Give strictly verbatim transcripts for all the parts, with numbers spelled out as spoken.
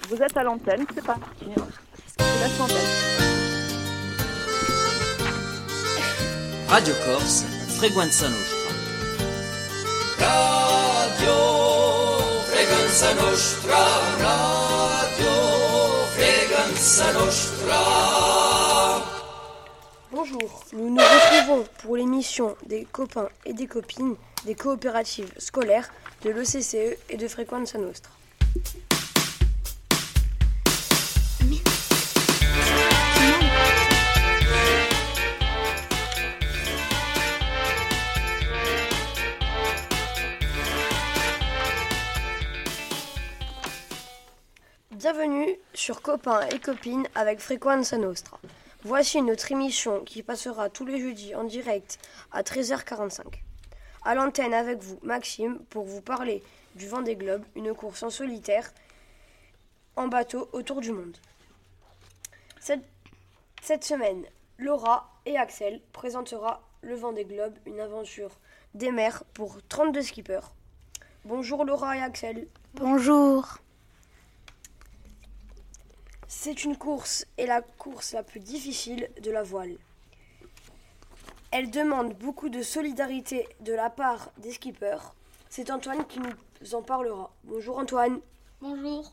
Vous êtes à l'antenne, c'est parti. C'est la centaine. Radio Corse, Frequenza Nostra. Radio Frequenza Nostra, Radio Frequenza Nostra. Bonjour, nous nous retrouvons pour l'émission des copains et des copines des coopératives scolaires de l'E C C E et de Frequenza Nostra. Bienvenue sur Copains et Copines avec Frequenza Nostra. Voici notre émission qui passera tous les jeudis en direct à treize heures quarante-cinq. À l'antenne avec vous, Maxime, pour vous parler du Vendée Globe, une course en solitaire en bateau autour du monde. Cette, cette semaine, Laura et Axel présentera le Vendée Globe, une aventure des mers pour trente-deux skippers. Bonjour Laura et Axel. Bonjour. C'est une course et la course la plus difficile de la voile. Elle demande beaucoup de solidarité de la part des skippers. C'est Antoine qui nous en parlera. Bonjour Antoine. Bonjour.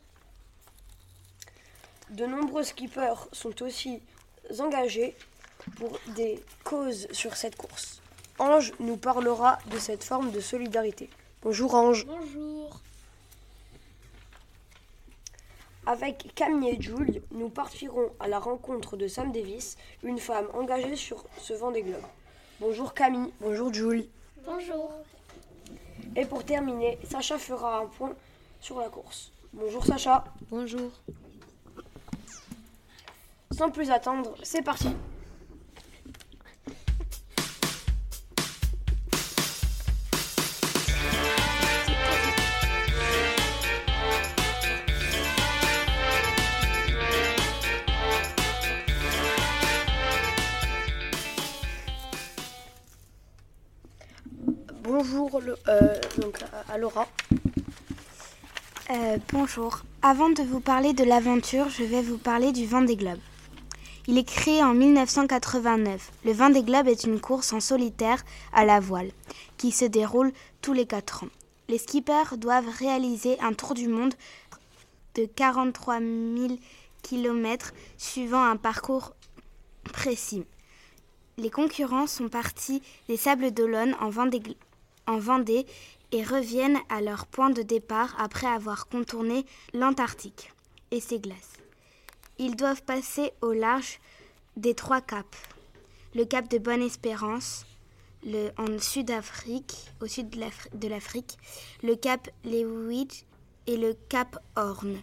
De nombreux skippers sont aussi engagés pour des causes sur cette course. Ange nous parlera de cette forme de solidarité. Bonjour Ange. Bonjour. Avec Camille et Jules, nous partirons à la rencontre de Sam Davis, une femme engagée sur ce Vendée Globe. Bonjour Camille, bonjour Jules. Bonjour. Et pour terminer, Sacha fera un point sur la course. Bonjour Sacha. Bonjour. Sans plus attendre, c'est parti. Bonjour le, euh, donc, à Laura. Euh, bonjour. Avant de vous parler de l'aventure, je vais vous parler du Vendée Globe. Il est créé en mille neuf cent quatre-vingt-neuf. Le Vendée Globe est une course en solitaire à la voile qui se déroule tous les quatre ans. Les skippers doivent réaliser un tour du monde de quarante-trois mille kilomètres suivant un parcours précis. Les concurrents sont partis des Sables d'Olonne en Vendée, en Vendée et reviennent à leur point de départ après avoir contourné l'Antarctique et ses glaces. Ils doivent passer au large des trois caps. Le cap de Bonne-Espérance, le, en Sud-Afrique, au sud de, l'Afri- de l'Afrique, le cap Leeward et le cap Horn,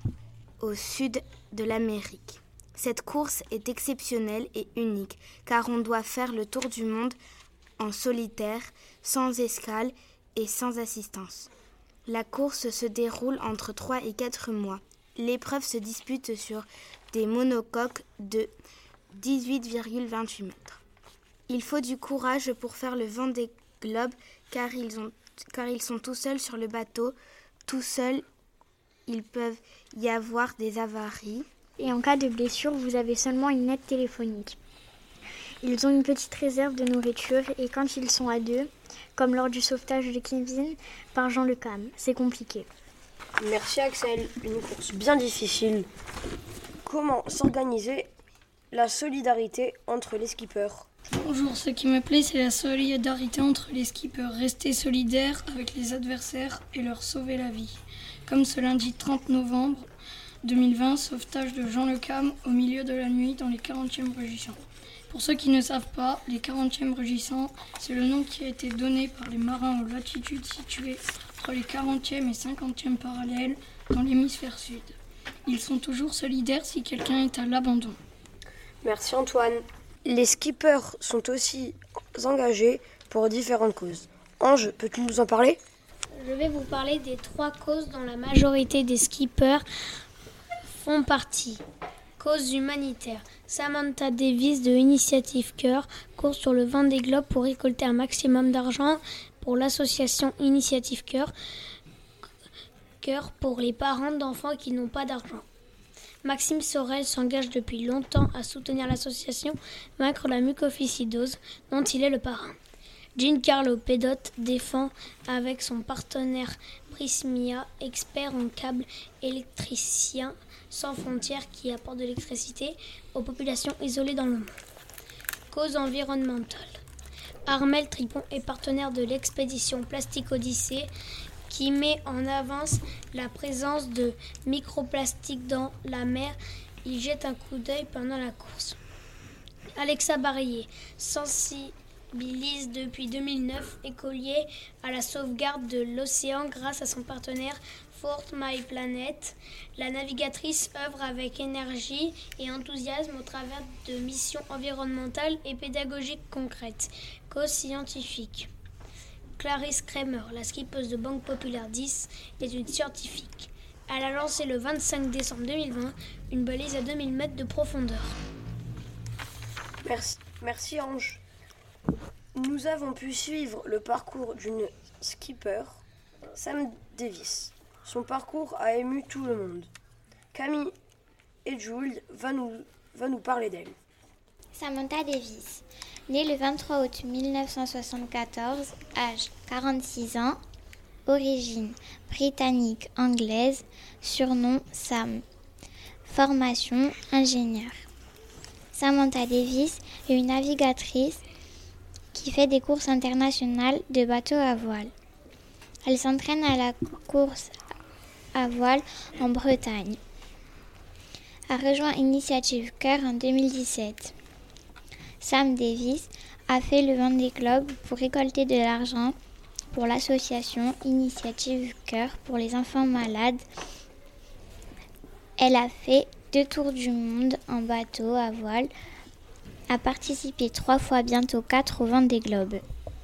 au sud de l'Amérique. Cette course est exceptionnelle et unique, car on doit faire le tour du monde en solitaire, sans escale et sans assistance. La course se déroule entre trois et quatre mois. L'épreuve se dispute sur des monocoques de dix-huit virgule vingt-huit mètres. Il faut du courage pour faire le Vendée Globe, car ils, ont, car ils sont tout seuls sur le bateau. Tout seuls, ils peuvent y avoir des avaries. Et en cas de blessure, vous avez seulement une aide téléphonique. Ils ont une petite réserve de nourriture et quand ils sont à deux, comme lors du sauvetage de Kevin par Jean Le Cam, c'est compliqué. Merci Axel, une course bien difficile. Comment s'organiser la solidarité entre les skippers? Bonjour, ce qui me plaît, c'est la solidarité entre les skippers. Rester solidaires avec les adversaires et leur sauver la vie. Comme ce lundi trente novembre deux mille vingt, sauvetage de Jean Le Cam au milieu de la nuit dans les quarantièmes rugissants. Pour ceux qui ne savent pas, les quarantièmes rugissants, c'est le nom qui a été donné par les marins aux latitudes situées entre les quarantième et cinquantième parallèles dans l'hémisphère sud. Ils sont toujours solidaires si quelqu'un est à l'abandon. Merci Antoine. Les skippers sont aussi engagés pour différentes causes. Ange, peux-tu nous en parler? Je vais vous parler des trois causes dont la majorité des skippers font partie. Cause humanitaire. Samantha Davis de Initiative Cœur court sur le Vendée Globe pour récolter un maximum d'argent pour l'association Initiative Cœur Cœur pour les parents d'enfants qui n'ont pas d'argent. Maxime Sorel s'engage depuis longtemps à soutenir l'association Vaincre la mucoviscidose, dont il est le parrain. Giancarlo Pedotte défend avec son partenaire Prismia, expert en câbles électriciens sans frontières qui apporte de l'électricité aux populations isolées dans le monde. Cause environnementale. Armel Tripon est partenaire de l'expédition Plastique Odyssée qui met en avance la présence de microplastiques dans la mer. Il jette un coup d'œil pendant la course. Alexa Barillet sensibilise depuis deux mille neuf écoliers à la sauvegarde de l'océan grâce à son partenaire Fort My Planet. La navigatrice œuvre avec énergie et enthousiasme au travers de missions environnementales et pédagogiques concrètes. Cause scientifique. Clarisse Kramer, la skippeuse de Banque Populaire dix, est une scientifique. Elle a lancé le vingt-cinq décembre deux mille vingt une balise à deux mille mètres de profondeur. Merci, merci Ange. Nous avons pu suivre le parcours d'une skipper, Sam Davis. Son parcours a ému tout le monde. Camille et Jules va nous, va nous parler d'elle. Samantha Davis, née le vingt-trois août mille neuf cent soixante-quatorze, âge quarante-six ans, origine britannique-anglaise, surnom Sam, formation ingénieur. Samantha Davis est une navigatrice qui fait des courses internationales de bateaux à voile. Elle s'entraîne à la course à voile en Bretagne. A rejoint Initiative Cœur en deux mille dix-sept. Sam Davis a fait le Vendée Globe pour récolter de l'argent pour l'association Initiative Cœur pour les enfants malades. Elle a fait deux tours du monde en bateau à voile, a participé trois fois, bientôt quatre, au Vendée Globe.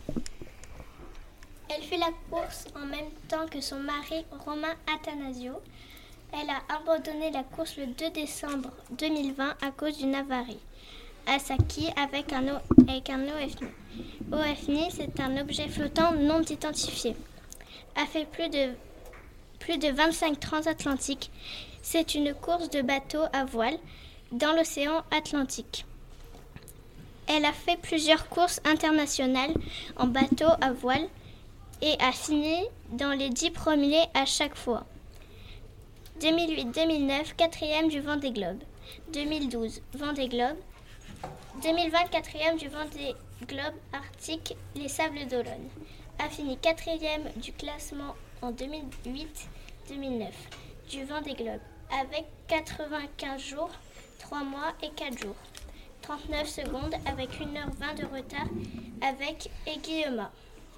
Elle fait la course en même temps que son mari Romain Attanasio. Elle a abandonné la course le deux décembre deux mille vingt à cause d'une avarie à sa quille avec un, o- avec un O F N I. O F N I, c'est un objet flottant non identifié. A fait plus de, plus de vingt-cinq transatlantiques. C'est une course de bateau à voile dans l'océan Atlantique. Elle a fait plusieurs courses internationales en bateau à voile et a fini dans les dix premiers à chaque fois. deux mille huit deux mille neuf, quatrième du Vendée Globe. deux mille douze, Vendée Globe. deux mille vingt, quatrième du Vendée Globe Arctique, les Sables d'Olonne. A fini quatrième du classement en deux mille huit deux mille neuf du Vendée Globe avec quatre-vingt-quinze jours, trois mois et quatre jours. trente-neuf secondes avec une heure vingt de retard avec Guillaume.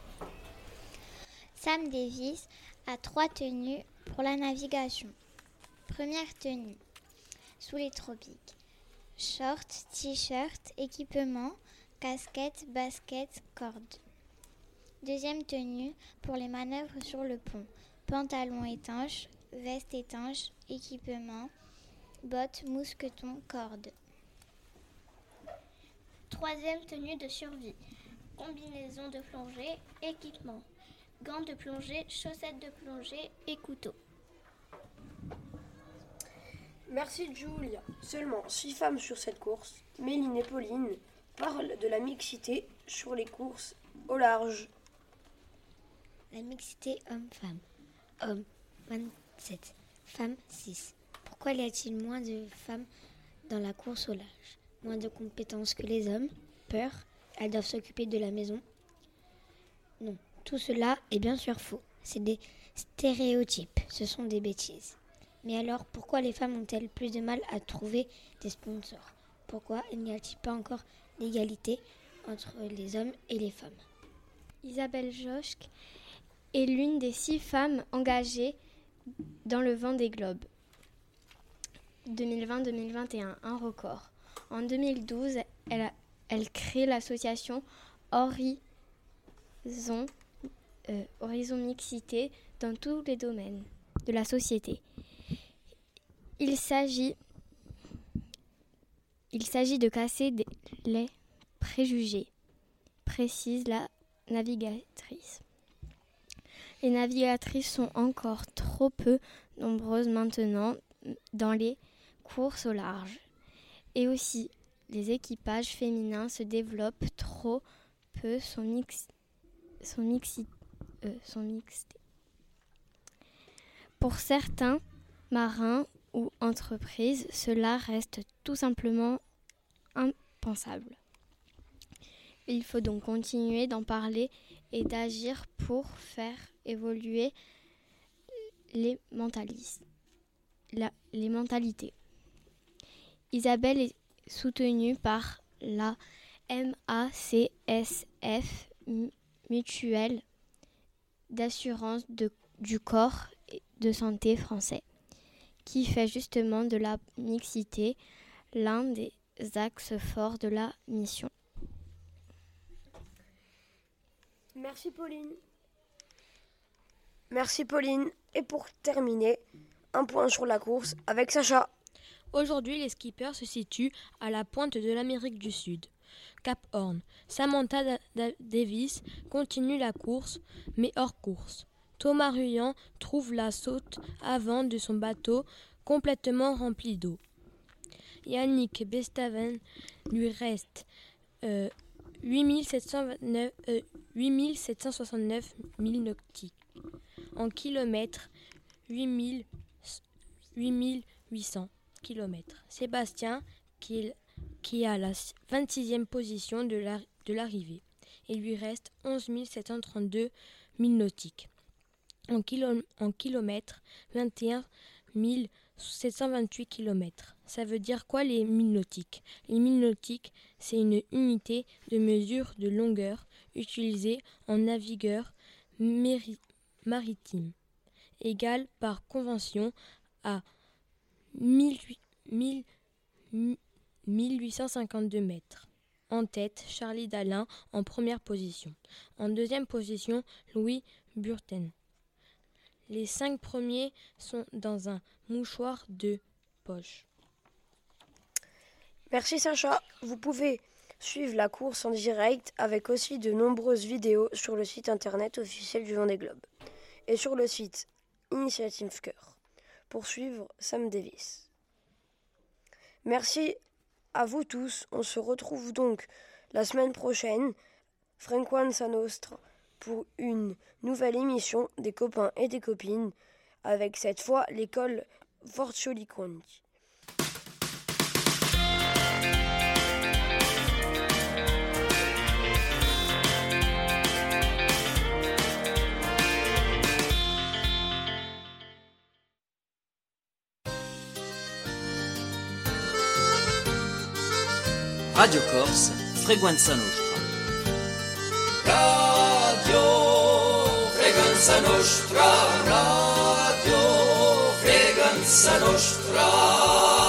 Sam Davis a trois tenues pour la navigation. Première tenue, sous les tropiques. Short, t-shirt, équipement, casquette, basket, corde. Deuxième tenue, pour les manœuvres sur le pont. Pantalon étanche, veste étanche, équipement, bottes, mousqueton, corde. Troisième tenue de survie. Combinaison de plongée, équipement. Gants de plongée, chaussettes de plongée et couteau. Merci Julia. Seulement six femmes sur cette course. Méline et Pauline parlent de la mixité sur les courses au large. La mixité homme-femme. Hommes, vingt-sept. Femmes, six. Pourquoi y a-t-il moins de femmes dans la course au large? Moins de compétences que les hommes? Peur? Elles doivent s'occuper de la maison? Non, tout cela est bien sûr faux. C'est des stéréotypes, ce sont des bêtises. Mais alors, pourquoi les femmes ont-elles plus de mal à trouver des sponsors? Pourquoi il n'y a-t-il pas encore d'égalité entre les hommes et les femmes? Isabelle Joschk est l'une des six femmes engagées dans le Vendée Globe deux mille vingt deux mille vingt et un, un record. En deux mille douze, elle, a, elle crée l'association Horizon, euh, Horizon Mixité dans tous les domaines de la société. Il s'agit, il s'agit de casser des, les préjugés, précise la navigatrice. Les navigatrices sont encore trop peu nombreuses maintenant dans les courses au large. Et aussi, les équipages féminins se développent trop peu, sont, mix, sont, mixi, euh, sont mixtés. Pour certains marins ou entreprises, cela reste tout simplement impensable. Il faut donc continuer d'en parler et d'agir pour faire évoluer les, mentalis- la, les mentalités. Isabelle est soutenue par la M A C S F, Mutuelle d'assurance de, du corps de santé français, qui fait justement de la mixité l'un des axes forts de la mission. Merci Pauline. Merci Pauline. Et pour terminer, un point sur la course avec Sacha. Aujourd'hui, les skippers se situent à la pointe de l'Amérique du Sud, Cap Horn. Samantha Davis continue la course, mais hors course. Thomas Ruyant trouve la saute avant de son bateau complètement rempli d'eau. Yannick Bestaven lui reste euh, huit mille sept cent soixante-neuf milles nautiques. En kilomètres, huit mille huit cents kilomètres. Sébastien, qui est, qui est à la vingt-sixième position de, la, de l'arrivée. Il lui reste onze mille sept cent trente-deux milles nautiques. En, kilo, en kilomètres, vingt et un mille sept cent vingt-huit kilomètres. Ça veut dire quoi les milles nautiques ? Les milles nautiques, c'est une unité de mesure de longueur utilisée en navigueur méri- maritime, égale par convention à mille huit cent cinquante-deux mètres. En tête, Charlie Dalin en première position. En deuxième position, Louis Burten. Les cinq premiers sont dans un mouchoir de poche. Merci Sacha. Vous pouvez suivre la course en direct avec aussi de nombreuses vidéos sur le site internet officiel du Vendée Globe et sur le site Initiative Cœur pour suivre Sam Davis. Merci à vous tous. On se retrouve donc la semaine prochaine, Frequenza Nostra, pour une nouvelle émission des copains et des copines, avec cette fois l'école Forcioli Conti. Radio Corse, Frequenza Nostra. Radio Frequenza Nostra, Radio Frequenza Nostra.